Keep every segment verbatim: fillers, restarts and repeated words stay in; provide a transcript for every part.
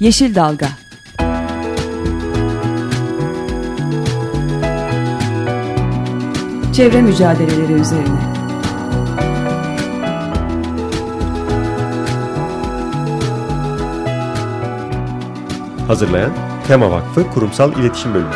Yeşil Dalga. Çevre mücadeleleri üzerine. Hazırlayan Tema Vakfı Kurumsal İletişim Bölümü.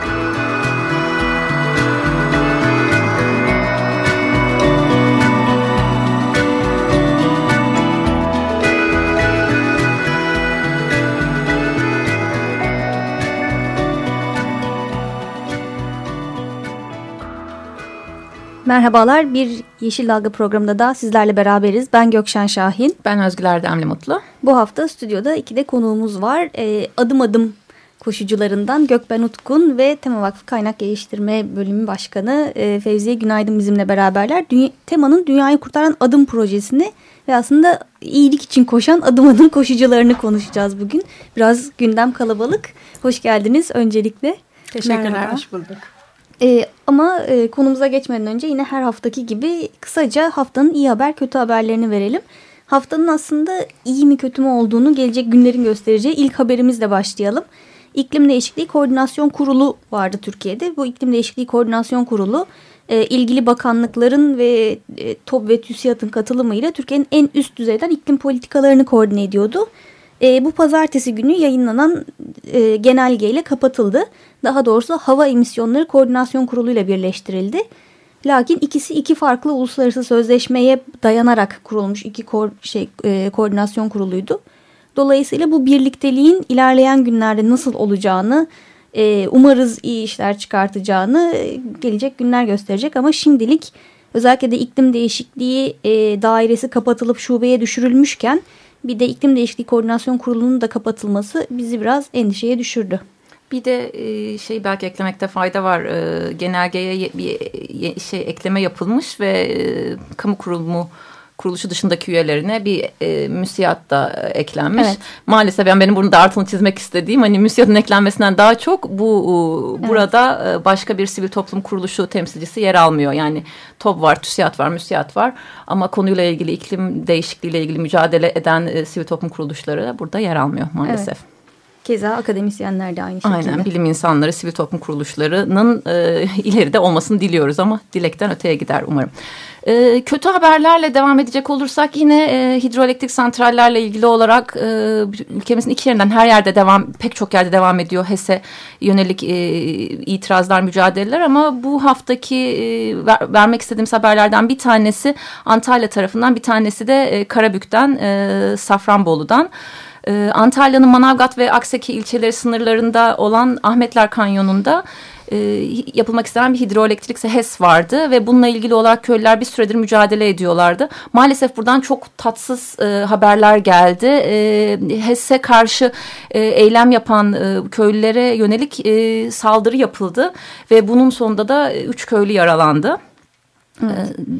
Merhabalar, bir Yeşil Dalga programında da sizlerle beraberiz. Ben Gökşen Şahin. Ben Özgül Erdemli Mutlu. Bu hafta stüdyoda iki de konuğumuz var. E, adım adım koşucularından Gökben Utkun ve Tema Vakfı Kaynak Geliştirme Bölümü Başkanı e, Fevziye Günaydın bizimle beraberler. Dünya, Tema'nın Dünyayı Kurtaran Adım projesini ve aslında iyilik için koşan adım adım koşucularını konuşacağız bugün. Biraz gündem kalabalık. Hoş geldiniz öncelikle. Teşekkürler, Merhaba. Hoş bulduk. Ee, ama e, konumuza geçmeden önce yine her haftaki gibi kısaca haftanın iyi haber kötü haberlerini verelim. Haftanın aslında iyi mi kötü mü olduğunu gelecek günlerin göstereceği ilk haberimizle başlayalım. İklim Değişikliği Koordinasyon Kurulu vardı Türkiye'de. Bu İklim Değişikliği Koordinasyon Kurulu e, ilgili bakanlıkların ve e, TOB ve TÜSİAD'ın katılımıyla Türkiye'nin en üst düzeyden iklim politikalarını koordine ediyordu. E, bu pazartesi günü yayınlanan e, genelgeyle kapatıldı. Daha doğrusu Hava Emisyonları Koordinasyon Kurulu ile birleştirildi. Lakin ikisi iki farklı uluslararası sözleşmeye dayanarak kurulmuş iki ko- şey, e, koordinasyon kuruluydu. Dolayısıyla bu birlikteliğin ilerleyen günlerde nasıl olacağını, e, umarız iyi işler çıkartacağını e, gelecek günler gösterecek. Ama şimdilik özellikle de iklim değişikliği e, dairesi kapatılıp şubeye düşürülmüşken bir de İklim Değişikliği Koordinasyon Kurulu'nun da kapatılması bizi biraz endişeye düşürdü. Bir de şey belki eklemekte fayda var. Genelgeye bir şey ekleme yapılmış ve kamu kurumu kuruluşu dışındaki üyelerine bir e, müsiyat da eklenmiş. Evet. Maalesef yani benim bunu da altını çizmek istediğim hani müsiyatın eklenmesinden daha çok bu evet. burada başka bir sivil toplum kuruluşu temsilcisi yer almıyor. Yani TOB var, TÜSİAD var, müsiyat var ama konuyla ilgili iklim değişikliğiyle ilgili mücadele eden e, sivil toplum kuruluşları burada yer almıyor maalesef. Evet. Keza akademisyenler de aynı şekilde. Aynen, bilim insanları, sivil toplum kuruluşlarının e, ileride olmasını diliyoruz ama dilekten öteye gider umarım. E, kötü haberlerle devam edecek olursak yine e, hidroelektrik santrallerle ilgili olarak e, ülkemizin iki yerinden her yerde devam, pek çok yerde devam ediyor HES'e yönelik e, itirazlar, mücadeleler ama bu haftaki e, ver, vermek istediğimiz haberlerden bir tanesi Antalya tarafından, bir tanesi de e, Karabük'ten, e, Safranbolu'dan. Ee, Antalya'nın Manavgat ve Akseki ilçeleri sınırlarında olan Ahmetler Kanyonu'nda e, yapılmak istenen bir hidroelektrik HES vardı ve bununla ilgili olarak köylüler bir süredir mücadele ediyorlardı. Maalesef buradan çok tatsız e, haberler geldi. E, HES'e karşı e, eylem yapan e, köylülere yönelik e, saldırı yapıldı ve bunun sonunda da üç köylü yaralandı. Evet.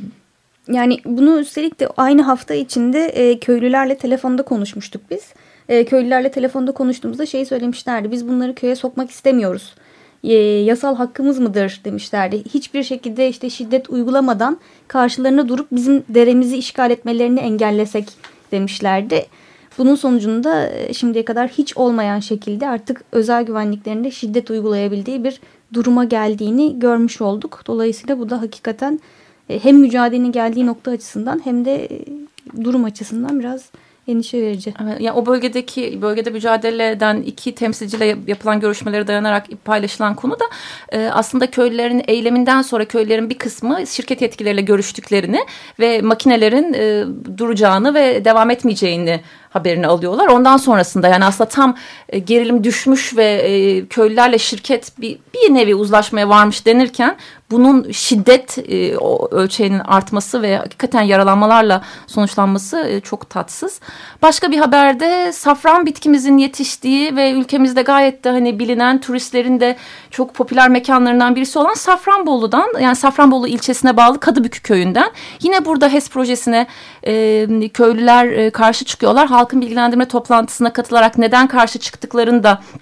E, Yani bunu üstelik de aynı hafta içinde e, köylülerle telefonda konuşmuştuk biz. E, köylülerle telefonda konuştuğumuzda şey söylemişlerdi. Biz bunları köye sokmak istemiyoruz. E, yasal hakkımız mıdır demişlerdi. Hiçbir şekilde işte şiddet uygulamadan karşılarına durup bizim deremizi işgal etmelerini engellesek demişlerdi. Bunun sonucunda e, şimdiye kadar hiç olmayan şekilde artık özel güvenliklerinde şiddet uygulayabildiği bir duruma geldiğini görmüş olduk. Dolayısıyla bu da hakikaten hem mücadelenin geldiği nokta açısından hem de durum açısından biraz endişe verici. Evet, yani o bölgedeki bölgede mücadele eden iki temsilciyle yapılan görüşmelere dayanarak paylaşılan konu da e, aslında köylülerin eyleminden sonra köylülerin bir kısmı şirket yetkilileriyle görüştüklerini ve makinelerin e, duracağını ve devam etmeyeceğini haberini alıyorlar. Ondan sonrasında yani aslında tam e, gerilim düşmüş ve e, köylülerle şirket bir, bir nevi uzlaşmaya varmış denirken bunun şiddet e, o ölçeğinin artması ve hakikaten yaralanmalarla sonuçlanması e, çok tatsız. Başka bir haberde safran bitkimizin yetiştiği ve ülkemizde gayet de hani bilinen turistlerin de çok popüler mekanlarından birisi olan Safranbolu'dan, yani Safranbolu ilçesine bağlı Kadıbükü köyünden yine burada HES projesine e, köylüler e, karşı çıkıyorlar. Halkın bilgilendirme toplantısına katılarak neden karşı çıktıklarını da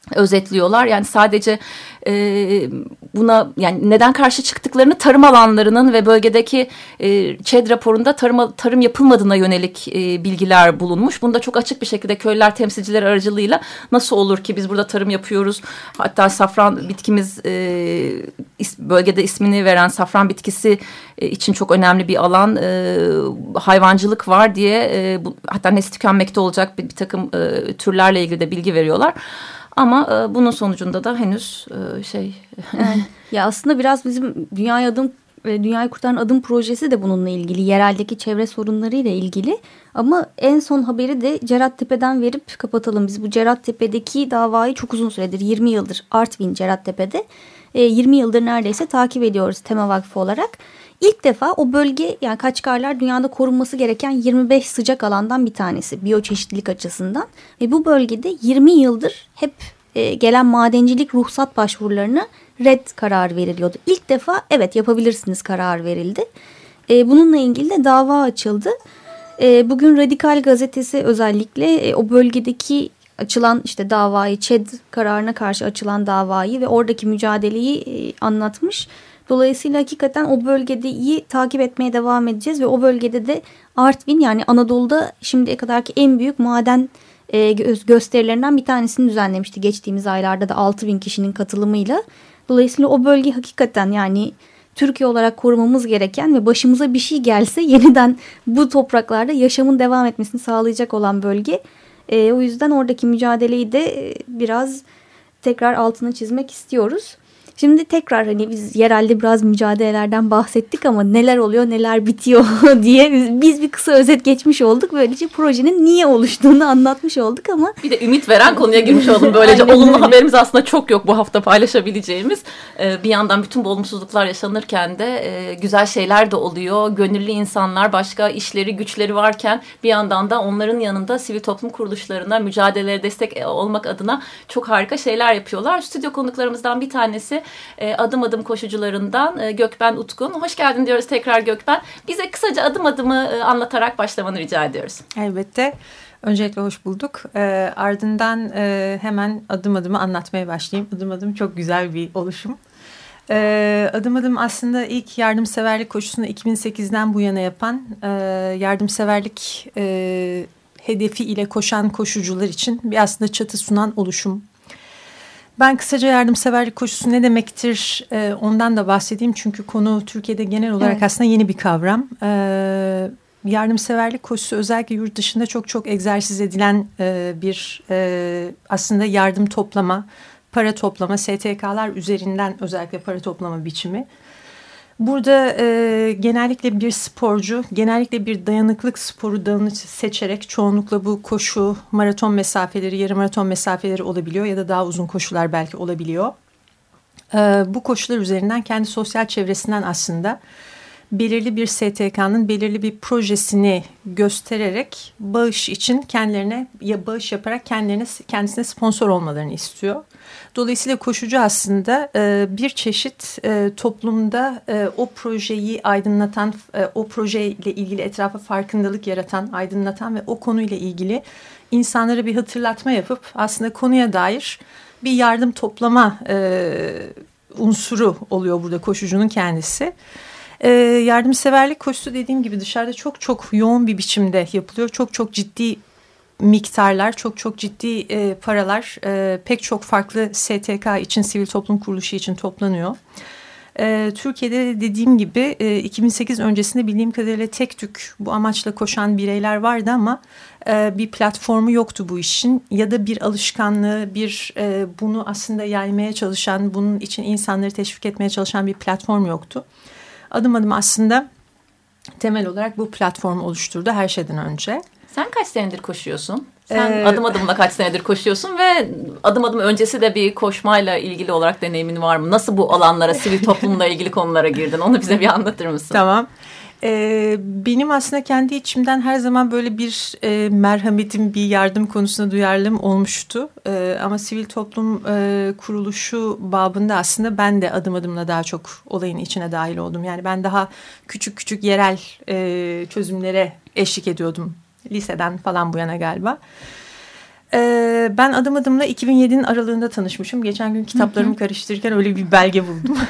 özetliyorlar. Yani sadece e, buna yani neden karşı çıktıklarını tarım alanlarının ve bölgedeki e, ÇED raporunda tarım, tarım yapılmadığına yönelik e, bilgiler bulunmuş. Bunda çok açık bir şekilde köylüler temsilcileri aracılığıyla nasıl olur ki biz burada tarım yapıyoruz. Hatta safran bitkimiz e, is, bölgede ismini veren safran bitkisi e, için çok önemli bir alan. E, hayvancılık var diye e, bu, hatta nesli tükenmekte olacak bir, bir takım e, türlerle ilgili de bilgi veriyorlar. Ama e, bunun sonucunda da henüz e, şey... Yani, ya aslında biraz bizim Dünyaya Adım ve Dünyayı Kurtaran Adım projesi de bununla ilgili. Yereldeki çevre sorunlarıyla ilgili. Ama en son haberi de Cerattepe'den verip kapatalım. Biz bu Cerattepe'deki davayı çok uzun süredir, yirmi yıldır Artvin Cerattepe'de e, yirmi yıldır neredeyse takip ediyoruz Tema Vakfı olarak. İlk defa o bölge, yani Kaçkarlar dünyada korunması gereken yirmi beş sıcak alandan bir tanesi biyoçeşitlilik açısından. Ve bu bölgede yirmi yıldır hep e, gelen madencilik ruhsat başvurularına red kararı veriliyordu. İlk defa evet yapabilirsiniz kararı verildi. E, bununla ilgili de dava açıldı. E, bugün Radikal Gazetesi özellikle e, o bölgedeki açılan işte davayı, ÇED kararına karşı açılan davayı ve oradaki mücadeleyi e, anlatmış. Dolayısıyla hakikaten o bölgede iyi takip etmeye devam edeceğiz ve o bölgede de Artvin, yani Anadolu'da şimdiye kadarki en büyük maden e, gö- gösterilerinden bir tanesini düzenlemişti. Geçtiğimiz aylarda da altı bin kişinin katılımıyla. Dolayısıyla o bölge hakikaten yani Türkiye olarak korumamız gereken ve başımıza bir şey gelse yeniden bu topraklarda yaşamın devam etmesini sağlayacak olan bölge. E, o yüzden oradaki mücadeleyi de biraz tekrar altını çizmek istiyoruz. Şimdi tekrar hani biz yerelde biraz mücadelelerden bahsettik ama neler oluyor neler bitiyor diye biz bir kısa özet geçmiş olduk. Böylece projenin niye oluştuğunu anlatmış olduk ama. Bir de ümit veren konuya girmiş oldum. Böylece olumlu öyle. Haberimiz aslında çok yok bu hafta paylaşabileceğimiz. Ee, bir yandan bütün bu olumsuzluklar yaşanırken de e, güzel şeyler de oluyor. Gönüllü insanlar, başka işleri güçleri varken bir yandan da onların yanında sivil toplum kuruluşlarına mücadelelere destek olmak adına çok harika şeyler yapıyorlar. Stüdyo konuklarımızdan bir tanesi Adım Adım koşucularından Gökben Utkun. Hoş geldin diyoruz tekrar Gökben. Bize kısaca adım adımı anlatarak başlamanı rica ediyoruz. Elbette. Öncelikle hoş bulduk. E, ardından e, hemen adım adımı anlatmaya başlayayım. Adım adım çok güzel bir oluşum. E, adım adım aslında ilk yardımseverlik koşusunu iki bin sekizden bu yana yapan e, yardımseverlik e, hedefi ile koşan koşucular için bir aslında çatı sunan oluşum. Ben kısaca yardımseverlik koşusu ne demektir e, ondan da bahsedeyim. Çünkü konu Türkiye'de genel olarak evet. aslında yeni bir kavram. E, yardımseverlik koşusu özellikle yurt dışında çok çok egzersiz edilen e, bir e, aslında yardım toplama, para toplama, S T K'lar üzerinden özellikle para toplama biçimi. Burada e, genellikle bir sporcu, genellikle bir dayanıklık sporu dalını seçerek çoğunlukla bu koşu, maraton mesafeleri, yarım maraton mesafeleri olabiliyor ya da daha uzun koşular belki olabiliyor. E, bu koşular üzerinden kendi sosyal çevresinden aslında belirli bir S T K'nın belirli bir projesini göstererek bağış için kendilerine ya bağış yaparak kendilerine kendisine sponsor olmalarını istiyor. Dolayısıyla koşucu aslında e, bir çeşit e, toplumda e, o projeyi aydınlatan, e, o projeyle ilgili etrafa farkındalık yaratan, aydınlatan ve o konuyla ilgili insanlara bir hatırlatma yapıp aslında konuya dair bir yardım toplama e, unsuru oluyor burada koşucunun kendisi. E, yardımseverlik koşusu dediğim gibi dışarıda çok çok yoğun bir biçimde yapılıyor. Çok çok ciddi miktarlar, çok çok ciddi e, paralar e, pek çok farklı S T K için, sivil toplum kuruluşu için toplanıyor. E, Türkiye'de dediğim gibi e, iki bin sekiz öncesinde bildiğim kadarıyla tek tük bu amaçla koşan bireyler vardı ama e, bir platformu yoktu bu işin. Ya da bir alışkanlığı, bir e, bunu aslında yaymaya çalışan, bunun için insanları teşvik etmeye çalışan bir platform yoktu. Adım adım aslında temel olarak bu platformu oluşturdu her şeyden önce. Sen kaç senedir koşuyorsun? Sen ee, adım adımla kaç senedir koşuyorsun ve adım adım öncesi de bir koşmayla ilgili olarak deneyimin var mı? Nasıl bu alanlara, sivil toplumla ilgili konulara girdin? Onu bize bir anlatır mısın? Tamam. Ee, benim aslında kendi içimden her zaman böyle bir e, merhametim, bir yardım konusunda duyarlılığım olmuştu. E, ama sivil toplum e, kuruluşu babında aslında ben de adım adımla daha çok olayın içine dahil oldum. Yani ben daha küçük küçük yerel e, çözümlere eşlik ediyordum. Liseden falan bu yana galiba. Ee, ben Adım Adım'la iki bin yedinin aralığında tanışmışım. Geçen gün kitaplarımı karıştırırken öyle bir belge buldum.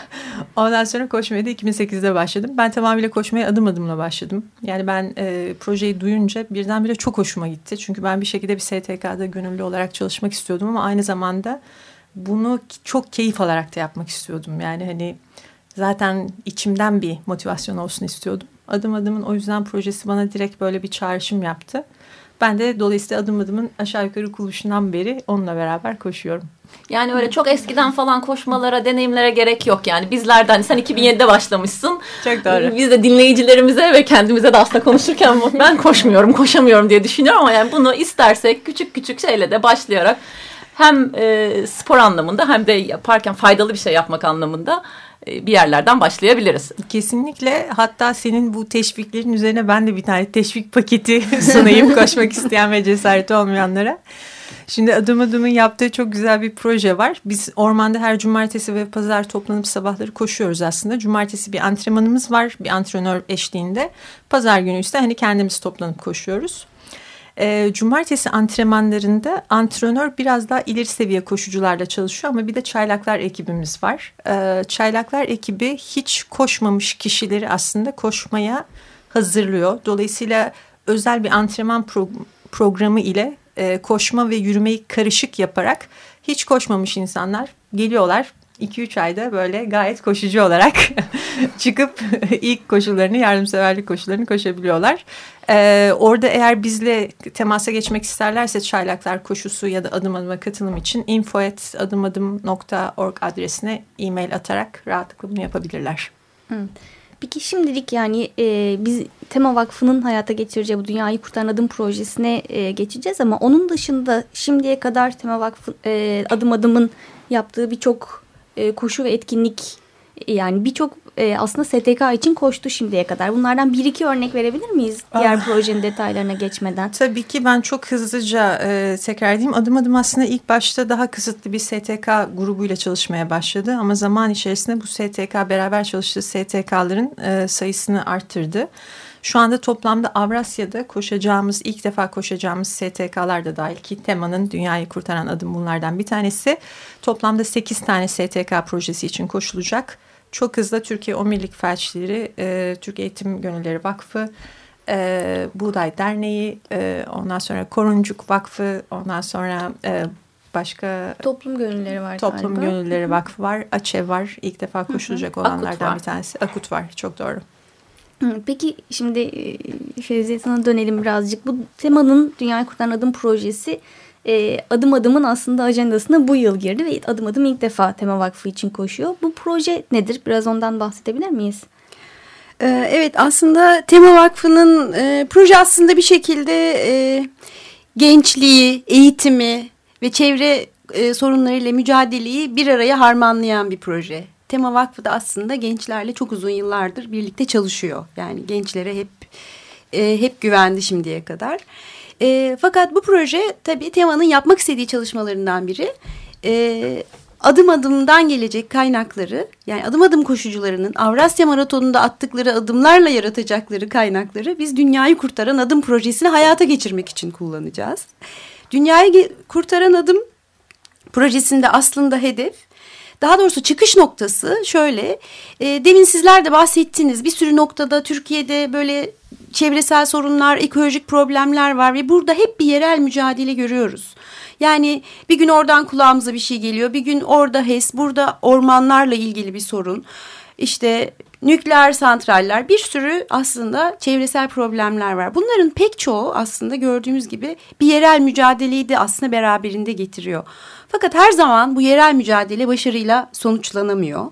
Ondan sonra koşmaya da iki bin sekizde başladım. Ben tamamıyla koşmaya Adım Adım'la başladım. Yani ben e, projeyi duyunca birdenbire çok hoşuma gitti. Çünkü ben bir şekilde bir S T K'da gönüllü olarak çalışmak istiyordum ama aynı zamanda bunu çok keyif alarak da yapmak istiyordum. Yani hani zaten içimden bir motivasyon olsun istiyordum. Adım Adım'ın o yüzden projesi bana direkt böyle bir çağrışım yaptı. Ben de dolayısıyla Adım Adım'ın aşağı yukarı kuruluşundan beri onunla beraber koşuyorum. Yani öyle çok eskiden falan koşmalara, deneyimlere gerek yok yani. Bizlerden sen iki bin yedide başlamışsın. Çok doğru. Biz de dinleyicilerimize ve kendimize de aslında konuşurken ben koşmuyorum, koşamıyorum diye düşünüyorum ama yani bunu istersek küçük küçük şeyle de başlayarak hem e, spor anlamında hem de yaparken faydalı bir şey yapmak anlamında bir yerlerden başlayabiliriz. Kesinlikle. Hatta senin bu teşviklerin üzerine ben de bir tane teşvik paketi sunayım koşmak isteyen ve cesareti olmayanlara. Şimdi Adım Adım'ın yaptığı çok güzel bir proje var. Biz ormanda her cumartesi ve pazar toplanıp sabahları koşuyoruz aslında. Cumartesi bir antrenmanımız var, bir antrenör eşliğinde. Pazar günü ise hani kendimiz toplanıp koşuyoruz. E, cumartesi antrenmanlarında antrenör biraz daha ileri seviye koşucularla çalışıyor ama bir de çaylaklar ekibimiz var. E, çaylaklar ekibi hiç koşmamış kişileri aslında koşmaya hazırlıyor. Dolayısıyla özel bir antrenman pro- programı ile e, koşma ve yürümeyi karışık yaparak hiç koşmamış insanlar geliyorlar. iki üç ayda böyle gayet koşucu olarak çıkıp ilk koşularını, yardımseverlik koşularını koşabiliyorlar. Ee, orada eğer bizle temasa geçmek isterlerse çaylaklar koşusu ya da Adım Adım'a katılım için info at adımadım nokta org adresine e-mail atarak rahatlıkla bunu yapabilirler. Hı. Peki şimdilik yani e, biz Tema Vakfı'nın hayata geçireceği bu Dünyayı Kurtaran Adım projesine e, geçeceğiz ama onun dışında şimdiye kadar Tema Vakfı e, Adım Adım'ın yaptığı birçok e, koşu ve etkinlik e, yani birçok e, aslında S T K için koştu şimdiye kadar. Bunlardan bir iki örnek verebilir miyiz diğer ah. projenin detaylarına geçmeden? Tabii ki ben çok hızlıca e, tekrar edeyim. Adım Adım aslında ilk başta daha kısıtlı bir S T K grubuyla çalışmaya başladı. Ama zaman içerisinde bu S T K beraber çalıştığı S T K'ların e, sayısını arttırdı. Şu anda toplamda Avrasya'da koşacağımız, ilk defa koşacağımız S T K'lar da dahil ki Tema'nın Dünyayı Kurtaran Adım bunlardan bir tanesi. Toplamda sekiz tane S T K projesi için koşulacak. Çok hızlı Türkiye Omurilik Felçleri, e, Türk Eğitim Gönülleri Vakfı, e, Buğday Derneği, e, ondan sonra Koruncuk Vakfı, ondan sonra e, başka... Toplum Gönülleri var Toplum galiba. Gönülleri Vakfı var, AÇEV var, ilk defa koşulacak olanlardan bir tanesi. Akut var, çok doğru. Peki şimdi Fevziye sana dönelim birazcık. Bu Tema'nın Dünyayı Kurtaran Adım projesi e, Adım Adım'ın aslında ajandasına bu yıl girdi ve Adım Adım ilk defa Tema Vakfı için koşuyor. Bu proje nedir? Biraz ondan bahsedebilir miyiz? Ee, evet aslında Tema Vakfı'nın e, proje aslında bir şekilde e, gençliği, eğitimi ve çevre e, sorunlarıyla mücadeleyi bir araya harmanlayan bir proje. Tema Vakfı da aslında gençlerle çok uzun yıllardır birlikte çalışıyor. Yani gençlere hep e, hep güvendi şimdiye kadar. E, fakat bu proje tabii Tema'nın yapmak istediği çalışmalarından biri. E, adım adımdan gelecek kaynakları, yani adım adım koşucularının Avrasya Maratonu'nda attıkları adımlarla yaratacakları kaynakları biz Dünyayı Kurtaran Adım projesini hayata geçirmek için kullanacağız. Dünyayı Kurtaran Adım projesinde aslında hedef, daha doğrusu çıkış noktası şöyle, e, demin sizler de bahsettiniz, bir sürü noktada Türkiye'de böyle çevresel sorunlar, ekolojik problemler var ve burada hep bir yerel mücadele görüyoruz. Yani bir gün oradan kulağımıza bir şey geliyor, bir gün orada H E S, burada ormanlarla ilgili bir sorun, işte nükleer santraller, bir sürü aslında çevresel problemler var. Bunların pek çoğu aslında gördüğümüz gibi bir yerel mücadeleyi de aslında beraberinde getiriyor. Fakat her zaman bu yerel mücadele başarıyla sonuçlanamıyor.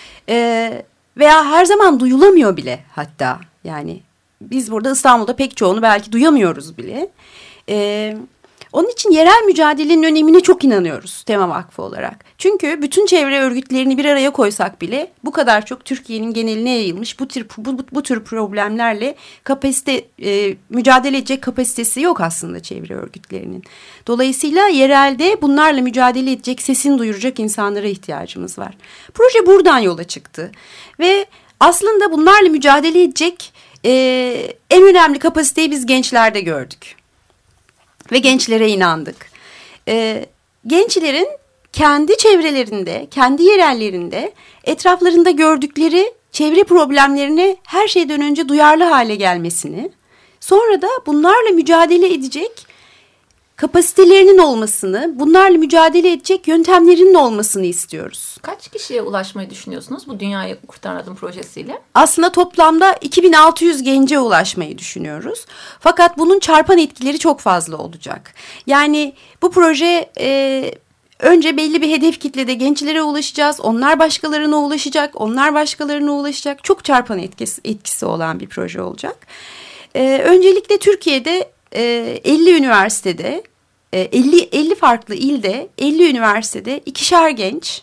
Ee, veya her zaman duyulamıyor bile hatta. Yani biz burada İstanbul'da pek çoğunu belki duyamıyoruz bile. Ee, onun için yerel mücadelenin önemine çok inanıyoruz Tema Vakfı olarak. Çünkü bütün çevre örgütlerini bir araya koysak bile bu kadar çok Türkiye'nin geneline yayılmış bu tür bu, bu, bu tür problemlerle kapasite e, mücadele edecek kapasitesi yok aslında çevre örgütlerinin. Dolayısıyla yerelde bunlarla mücadele edecek, sesini duyuracak insanlara ihtiyacımız var. Proje buradan yola çıktı ve aslında bunlarla mücadele edecek e, en önemli kapasiteyi biz gençlerde gördük. ve gençlere inandık. E, gençlerin kendi çevrelerinde, kendi yerellerinde, etraflarında gördükleri çevre problemlerine her şeyden önce duyarlı hale gelmesini, sonra da bunlarla mücadele edecek kapasitelerinin olmasını, bunlarla mücadele edecek yöntemlerinin olmasını istiyoruz. Kaç kişiye ulaşmayı düşünüyorsunuz bu Dünyayı Kurtaran Adım projesiyle? Aslında toplamda iki bin altı yüz gence ulaşmayı düşünüyoruz. Fakat bunun çarpan etkileri çok fazla olacak. Yani bu proje e, önce belli bir hedef kitlede gençlere ulaşacağız. Onlar başkalarına ulaşacak, onlar başkalarına ulaşacak. Çok çarpan etkisi, etkisi olan bir proje olacak. E, öncelikle Türkiye'de e, elli üniversitede, elli, elli farklı ilde, elli üniversitede ikişer genç,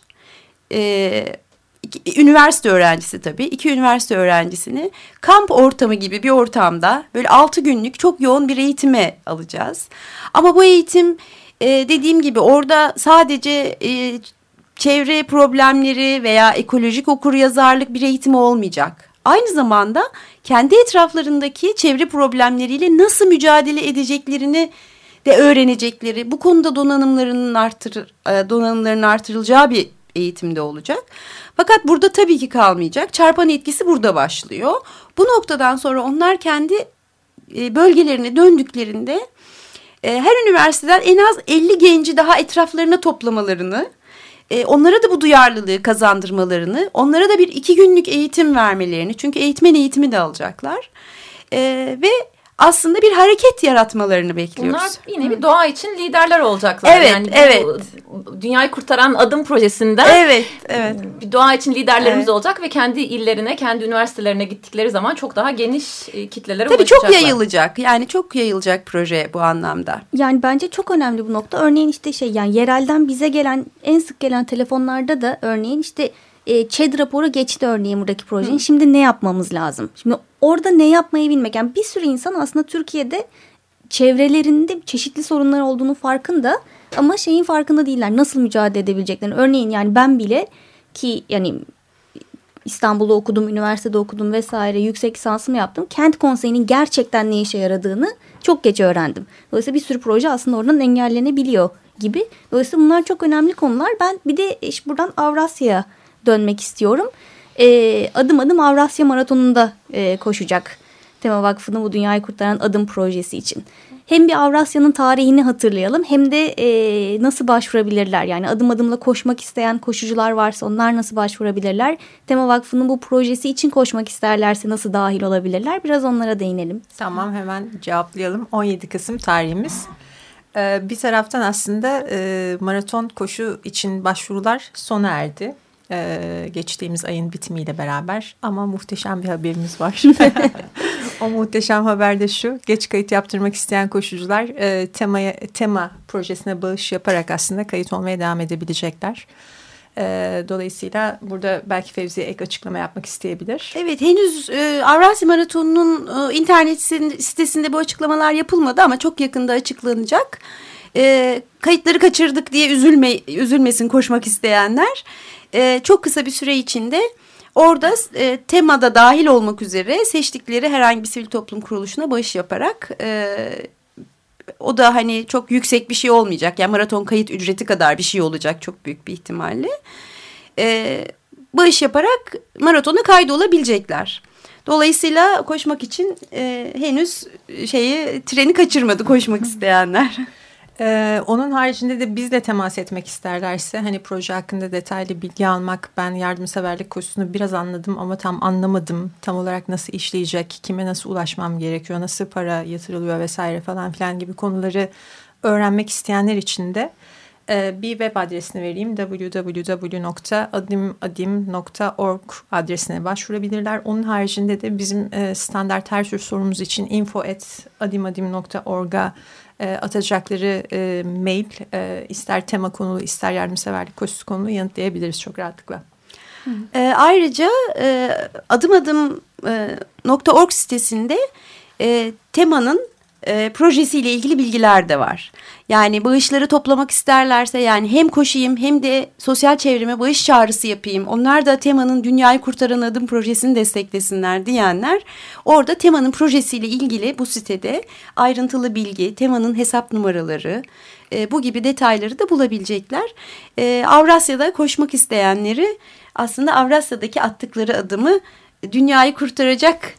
e, iki, üniversite öğrencisi tabii, iki üniversite öğrencisini kamp ortamı gibi bir ortamda böyle altı günlük çok yoğun bir eğitime alacağız. Ama bu eğitim e, dediğim gibi orada sadece e, çevre problemleri veya ekolojik okuryazarlık bir eğitim olmayacak. Aynı zamanda kendi etraflarındaki çevre problemleriyle nasıl mücadele edeceklerini de öğrenecekleri, bu konuda donanımlarının artır, donanımlarının artırılacağı bir eğitimde olacak. Fakat burada tabii ki kalmayacak. Çarpan etkisi burada başlıyor. Bu noktadan sonra onlar kendi bölgelerine döndüklerinde her üniversiteden en az elli genci daha etraflarına toplamalarını, onlara da bu duyarlılığı kazandırmalarını, onlara da bir iki günlük eğitim vermelerini, çünkü eğitmen eğitimi de alacaklar ve aslında bir hareket yaratmalarını bekliyoruz. Bunlar yine bir doğa için liderler olacaklar. Evet, yani evet. Dünyayı Kurtaran Adım projesinden evet, evet. bir doğa için liderlerimiz evet. olacak ve kendi illerine, kendi üniversitelerine gittikleri zaman çok daha geniş kitlelere Tabii ulaşacaklar. çok yayılacak. Yani çok yayılacak proje bu anlamda. Yani bence çok önemli bu nokta. Örneğin işte şey, yani yerelden bize gelen, en sık gelen telefonlarda da örneğin işte E, ÇED raporu geçti örneğin buradaki projenin. Hı. Şimdi ne yapmamız lazım? Şimdi orada ne yapmayı bilmek. Yani bir sürü insan aslında Türkiye'de çevrelerinde çeşitli sorunlar olduğunu farkında. Ama şeyin farkında değiller. Nasıl mücadele edebileceklerini. Örneğin yani ben bile ki yani İstanbul'da okudum, üniversitede okudum vesaire, yüksek lisansımı yaptım. Kent konseyinin gerçekten ne işe yaradığını çok geç öğrendim. Dolayısıyla bir sürü proje aslında oradan engellenebiliyor gibi. Dolayısıyla bunlar çok önemli konular. Ben bir de işte buradan Avrasya'ya dönmek istiyorum. E, adım adım Avrasya Maratonu'nda e, koşacak Tema Vakfı'nın bu Dünyayı Kurtaran Adım projesi için. Hem bir Avrasya'nın tarihini hatırlayalım, hem de e, nasıl başvurabilirler? Yani adım adımla koşmak isteyen koşucular varsa onlar nasıl başvurabilirler? Tema Vakfı'nın bu projesi için koşmak isterlerse nasıl dahil olabilirler? Biraz onlara değinelim. Tamam, hemen cevaplayalım. on yedi Kasım tarihimiz. Ee, bir taraftan aslında e, maraton koşu için başvurular sona erdi. Ee, geçtiğimiz ayın bitimiyle beraber, ama muhteşem bir haberimiz var. O muhteşem haber de şu: geç kayıt yaptırmak isteyen koşucular e, temaya, tema projesine bağış yaparak aslında kayıt olmaya devam edebilecekler. E, dolayısıyla burada belki Fevziye ek açıklama yapmak isteyebilir. Evet, henüz e, Avrasya Maratonu'nun e, internet sitesinde bu açıklamalar yapılmadı ama çok yakında açıklanacak. E, kayıtları kaçırdık diye üzülme, üzülmesin koşmak isteyenler. Ee, çok kısa bir süre içinde orada e, temada dahil olmak üzere seçtikleri herhangi bir sivil toplum kuruluşuna bağış yaparak, e, o da hani çok yüksek bir şey olmayacak. Yani maraton kayıt ücreti kadar bir şey olacak çok büyük bir ihtimalle. E, bağış yaparak maratona kaydolabilecekler. Dolayısıyla koşmak için e, henüz şeyi treni kaçırmadı koşmak isteyenler. Ee, onun haricinde de bizle temas etmek isterlerse, hani proje hakkında detaylı bilgi almak, ben yardımseverlik koşusunu biraz anladım ama tam anlamadım, tam olarak nasıl işleyecek, kime nasıl ulaşmam gerekiyor, nasıl para yatırılıyor vesaire falan filan gibi konuları öğrenmek isteyenler için de e, bir web adresini vereyim: double-u double-u double-u nokta adimadim nokta org adresine başvurabilirler. Onun haricinde de bizim e, standart her tür sorumuz için info at adimadim nokta org'a E, atacakları e, mail, e, ister tema konulu ister yardımseverlik koşusu konulu yanıtlayabiliriz çok rahatlıkla. E, ayrıca e, adım adım nokta org sitesinde e, temanın e, projesiyle ilgili bilgiler de var. Yani bağışları toplamak isterlerse, yani hem koşayım hem de sosyal çevreme bağış çağrısı yapayım, onlar da Tema'nın Dünyayı Kurtaran Adım projesini desteklesinler diyenler, orada Tema'nın projesiyle ilgili bu sitede ayrıntılı bilgi, Tema'nın hesap numaraları, e, bu gibi detayları da bulabilecekler. E, Avrasya'da koşmak isteyenleri aslında Avrasya'daki attıkları adımı dünyayı kurtaracak,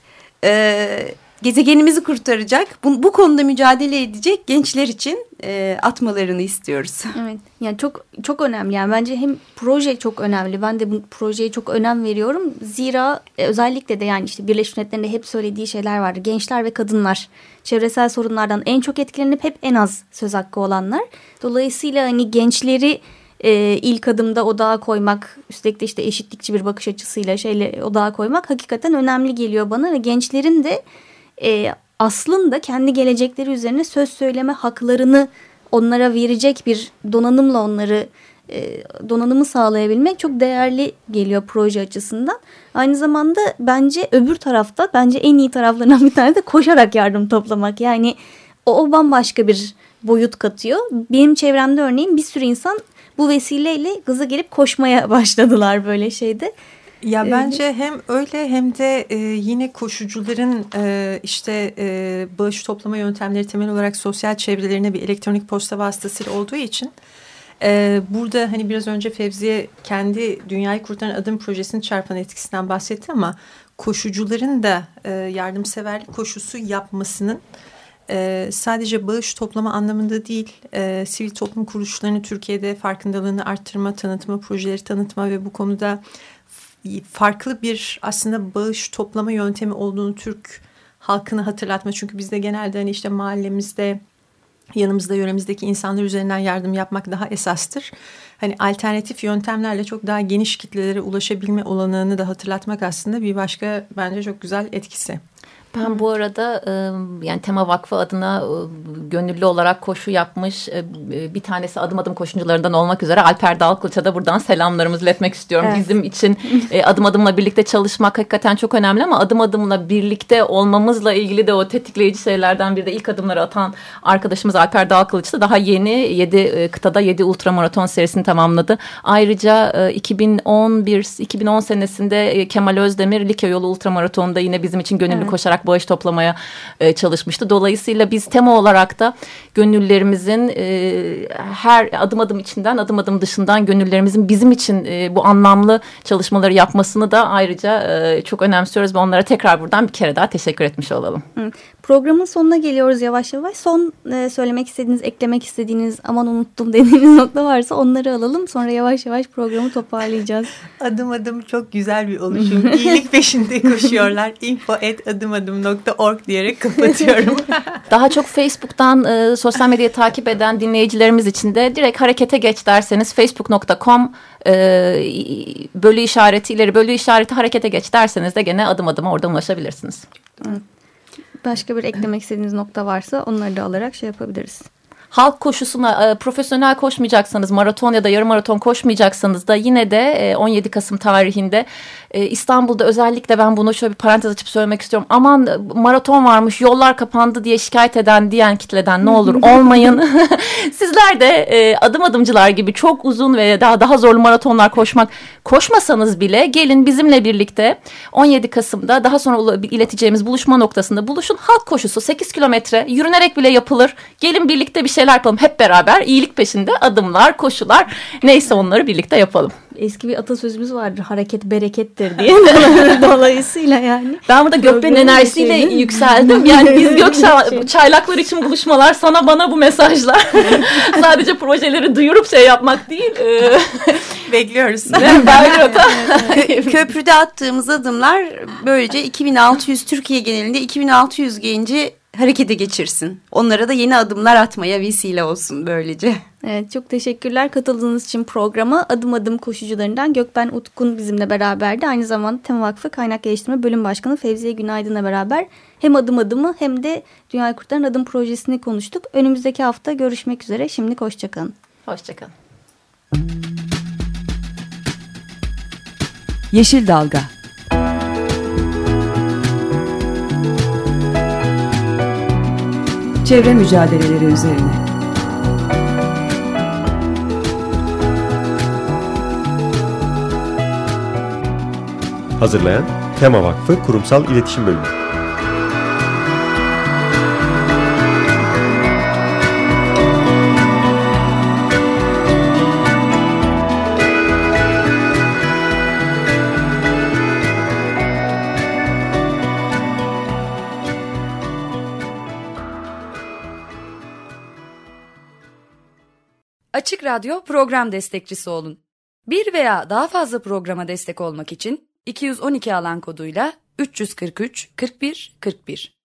e, gezegenimizi kurtaracak, bu, bu konuda mücadele edecek gençler için e, atmalarını istiyoruz. Evet, yani çok çok önemli. Yani bence hem proje çok önemli. Ben de bu projeye çok önem veriyorum. Zira e, özellikle de yani işte Birleşmiş Milletler'in de hep söylediği şeyler vardı. Gençler ve kadınlar çevresel sorunlardan en çok etkilenip hep en az söz hakkı olanlar. Dolayısıyla hani gençleri e, ilk adımda odağa koymak, üstelik de işte eşitlikçi bir bakış açısıyla şeyle odağa koymak hakikaten önemli geliyor bana ve gençlerin de E, aslında kendi gelecekleri üzerine söz söyleme haklarını onlara verecek bir donanımla onları e, donanımı sağlayabilmek çok değerli geliyor proje açısından. Aynı zamanda bence öbür tarafta bence en iyi taraflarından bir tanesi de koşarak yardım toplamak. Yani o, o bambaşka bir boyut katıyor. Benim çevremde örneğin bir sürü insan bu vesileyle gaza gelip koşmaya başladılar böyle şeyde. Ya evet. Bence hem öyle hem de e, yine koşucuların e, işte e, bağış toplama yöntemleri temel olarak sosyal çevrelerine bir elektronik posta vasıtasıyla olduğu için e, burada hani biraz önce Fevziye kendi Dünyayı Kurtaran Adım projesinin çarpan etkisinden bahsetti ama koşucuların da e, yardımseverlik koşusu yapmasının e, sadece bağış toplama anlamında değil, e, sivil toplum kuruluşlarının Türkiye'de farkındalığını arttırma, tanıtma, projeleri tanıtma ve bu konuda farklı bir aslında bağış toplama yöntemi olduğunu Türk halkına hatırlatma. Çünkü bizde genelde hani işte mahallemizde, yanımızda, yöremizdeki insanlar üzerinden yardım yapmak daha esastır. Hani alternatif yöntemlerle çok daha geniş kitlelere ulaşabilme olanağını da hatırlatmak aslında bir başka bence çok güzel etkisi. Ben bu arada yani Tema Vakfı adına gönüllü olarak koşu yapmış bir tanesi adım adım koşucularından olmak üzere Alper Dalkılıç'a da buradan selamlarımızı iletmek istiyorum. Evet. Bizim için adım adımla birlikte çalışmak hakikaten çok önemli ama adım adımla birlikte olmamızla ilgili de o tetikleyici şeylerden biri de ilk adımları atan arkadaşımız Alper Dalkılıç da daha yeni yedi kıtada yedi ultramaraton serisini tamamladı. Ayrıca iki bin on bir iki bin on senesinde Kemal Özdemir Likya Yolu ultramaratonunda yine bizim için gönüllü evet. koşarak bağış toplamaya e, çalışmıştı. Dolayısıyla biz Tema olarak da gönüllerimizin e, her adım adım içinden adım adım dışından gönüllerimizin bizim için e, bu anlamlı çalışmaları yapmasını da ayrıca e, çok önemsiyoruz ve onlara tekrar buradan bir kere daha teşekkür etmiş olalım. Hı. Programın sonuna geliyoruz yavaş yavaş. Son e, söylemek istediğiniz, eklemek istediğiniz, aman unuttum dediğiniz nokta varsa onları alalım. Sonra yavaş yavaş programı toparlayacağız. Adım adım çok güzel bir oluşum. İyilik peşinde koşuyorlar. info at adım adım nokta org diyerek kapatıyorum. Daha çok Facebook'tan e, sosyal medyayı takip eden dinleyicilerimiz için de direkt harekete geç derseniz facebook nokta com e, bölü işareti ileri bölü işareti harekete geç derseniz de gene adım adım oradan ulaşabilirsiniz. Evet. Başka bir eklemek istediğiniz nokta varsa onları da alarak şey yapabiliriz. Halk koşusuna e, profesyonel koşmayacaksanız, maraton ya da yarım maraton koşmayacaksanız da yine de e, on yedi Kasım tarihinde e, İstanbul'da özellikle ben bunu şöyle bir parantez açıp söylemek istiyorum. Aman maraton varmış, yollar kapandı diye şikayet eden diyen kitleden ne olur olmayın. Sizler de e, adım adımcılar gibi çok uzun ve daha daha zorlu maratonlar koşmak koşmasanız bile gelin bizimle birlikte on yedi Kasım'da daha sonra ileteceğimiz buluşma noktasında buluşun. Halk koşusu sekiz kilometre yürünerek bile yapılır. Gelin birlikte bir şeyler yapalım hep beraber. İyilik peşinde adımlar, koşular neyse onları birlikte yapalım. Eski bir atasözümüz vardır. Hareket berekettir diye. Dolayısıyla yani. Ben burada Gökben'in enerjisiyle yükseldim. Yani biz Gökçay çaylaklar için buluşmalar sana bana bu mesajlar. Sadece projeleri duyurup şey yapmak değil. Bekliyoruz. Köprüde attığımız adımlar böylece iki bin altı yüz Türkiye genelinde iki bin altı yüz genci harekete geçirsin. Onlara da yeni adımlar atmaya vesile olsun böylece. Evet, çok teşekkürler katıldığınız için programa. Adım adım koşucularından Gökben Utkun bizimle beraberdi. Aynı zamanda Tema Vakfı Kaynak Geliştirme Bölüm Başkanı Fevziye Günaydın'la beraber hem adım adımı hem de Dünyayı Kurtaran Adım projesini konuştuk. Önümüzdeki hafta görüşmek üzere. Şimdilik hoşçakalın. Hoşçakalın. Yeşil Dalga. çevre mücadeleleri üzerine. Hazırlayan Tema Vakfı Kurumsal İletişim Bölümü. Açık Radyo program destekçisi olun. Bir veya daha fazla programa destek olmak için iki yüz on iki alan koduyla üç yüz kırk üç kırk bir kırk bir